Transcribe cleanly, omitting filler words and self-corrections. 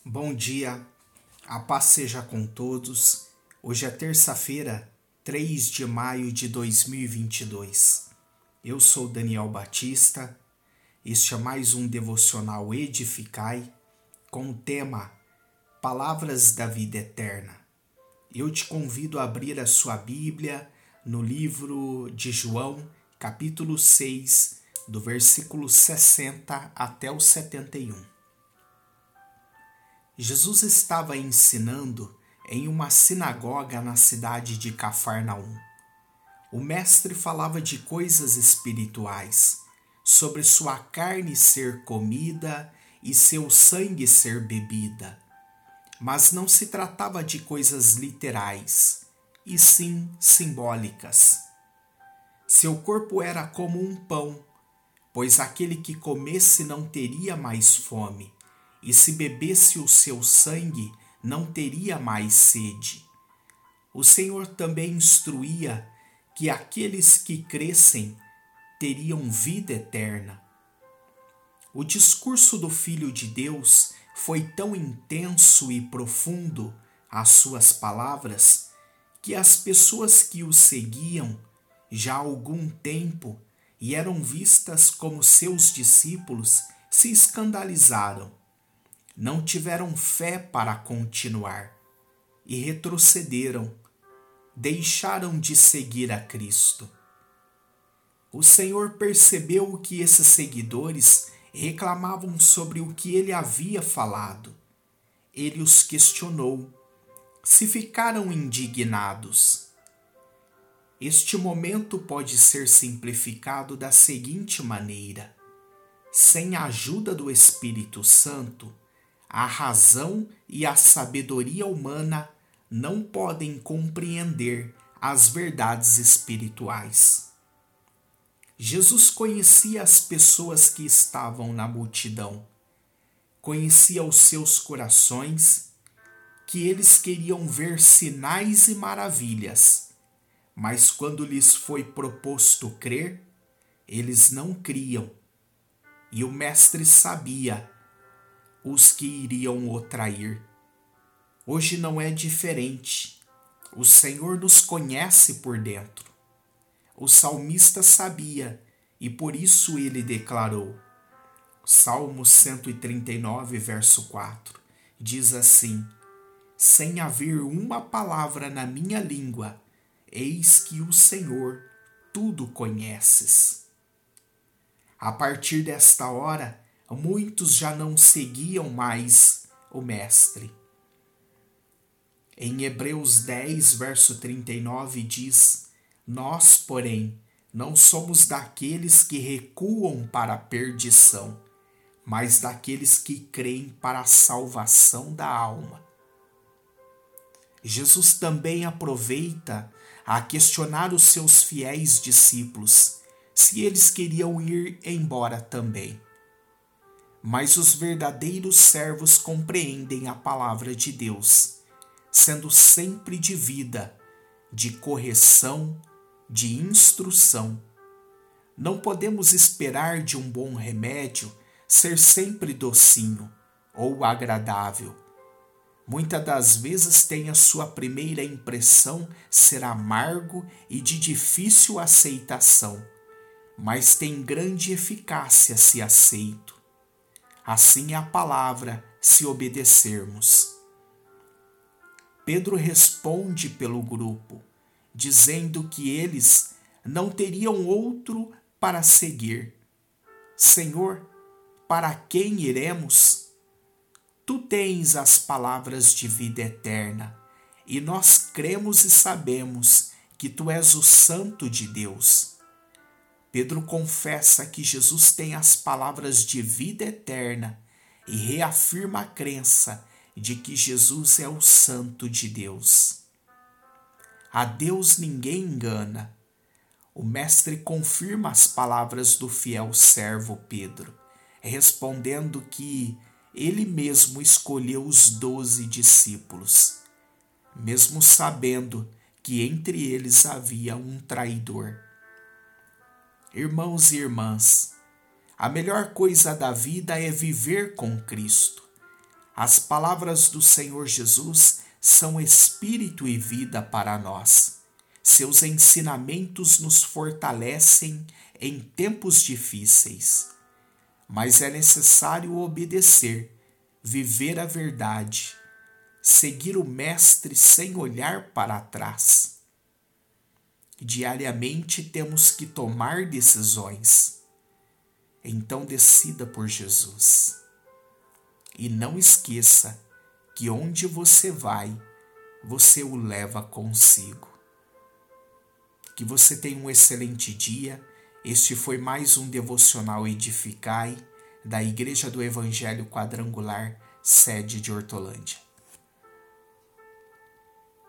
Bom dia, a paz seja com todos. Hoje é terça-feira, 3 de maio de 2022. Eu sou Daniel Batista. Este é mais um devocional Edificai com o tema Palavras da Vida Eterna. Eu te convido a abrir a sua Bíblia no livro de João, capítulo 6, do versículo 60 até o 71. Jesus estava ensinando em uma sinagoga na cidade de Cafarnaum. O mestre falava de coisas espirituais, sobre sua carne ser comida e seu sangue ser bebida. Mas não se tratava de coisas literais, e sim simbólicas. Seu corpo era como um pão, pois aquele que comesse não teria mais fome, e se bebesse o seu sangue, não teria mais sede. O Senhor também instruía que aqueles que crescem teriam vida eterna. O discurso do Filho de Deus foi tão intenso e profundo, as suas palavras, que as pessoas que o seguiam já há algum tempo e eram vistas como seus discípulos se escandalizaram. Não tiveram fé para continuar e retrocederam, deixaram de seguir a Cristo. O Senhor percebeu que esses seguidores reclamavam sobre o que ele havia falado. Ele os questionou, se ficaram indignados. Este momento pode ser simplificado da seguinte maneira: sem a ajuda do Espírito Santo, a razão e a sabedoria humana não podem compreender as verdades espirituais. Jesus conhecia as pessoas que estavam na multidão, conhecia os seus corações, que eles queriam ver sinais e maravilhas, mas quando lhes foi proposto crer, eles não criam, e o Mestre sabia os que iriam o trair. Hoje não é diferente. O Senhor nos conhece por dentro. O salmista sabia e por isso ele declarou. Salmo 139, verso 4, diz assim: sem haver uma palavra na minha língua, eis que o Senhor tudo conheces. A partir desta hora, muitos já não seguiam mais o Mestre. Em Hebreus 10, verso 39 diz: nós, porém, não somos daqueles que recuam para a perdição, mas daqueles que creem para a salvação da alma. Jesus também aproveita a questionar os seus fiéis discípulos se eles queriam ir embora também. Mas os verdadeiros servos compreendem a palavra de Deus, sendo sempre de vida, de correção, de instrução. Não podemos esperar de um bom remédio ser sempre docinho ou agradável. Muitas das vezes tem a sua primeira impressão ser amargo e de difícil aceitação, mas tem grande eficácia se aceito. Assim é a palavra, se obedecermos. Pedro responde pelo grupo, dizendo que eles não teriam outro para seguir. Senhor, para quem iremos? Tu tens as palavras de vida eterna, e nós cremos e sabemos que tu és o Santo de Deus. Pedro confessa que Jesus tem as palavras de vida eterna e reafirma a crença de que Jesus é o Santo de Deus. A Deus ninguém engana. O Mestre confirma as palavras do fiel servo Pedro, respondendo que ele mesmo escolheu os 12 discípulos, mesmo sabendo que entre eles havia um traidor. Irmãos e irmãs, a melhor coisa da vida é viver com Cristo. As palavras do Senhor Jesus são espírito e vida para nós. Seus ensinamentos nos fortalecem em tempos difíceis. Mas é necessário obedecer, viver a verdade, seguir o Mestre sem olhar para trás. Diariamente temos que tomar decisões. Então decida por Jesus. E não esqueça que onde você vai, você o leva consigo. Que você tenha um excelente dia. Este foi mais um Devocional Edificai da Igreja do Evangelho Quadrangular, sede de Hortolândia.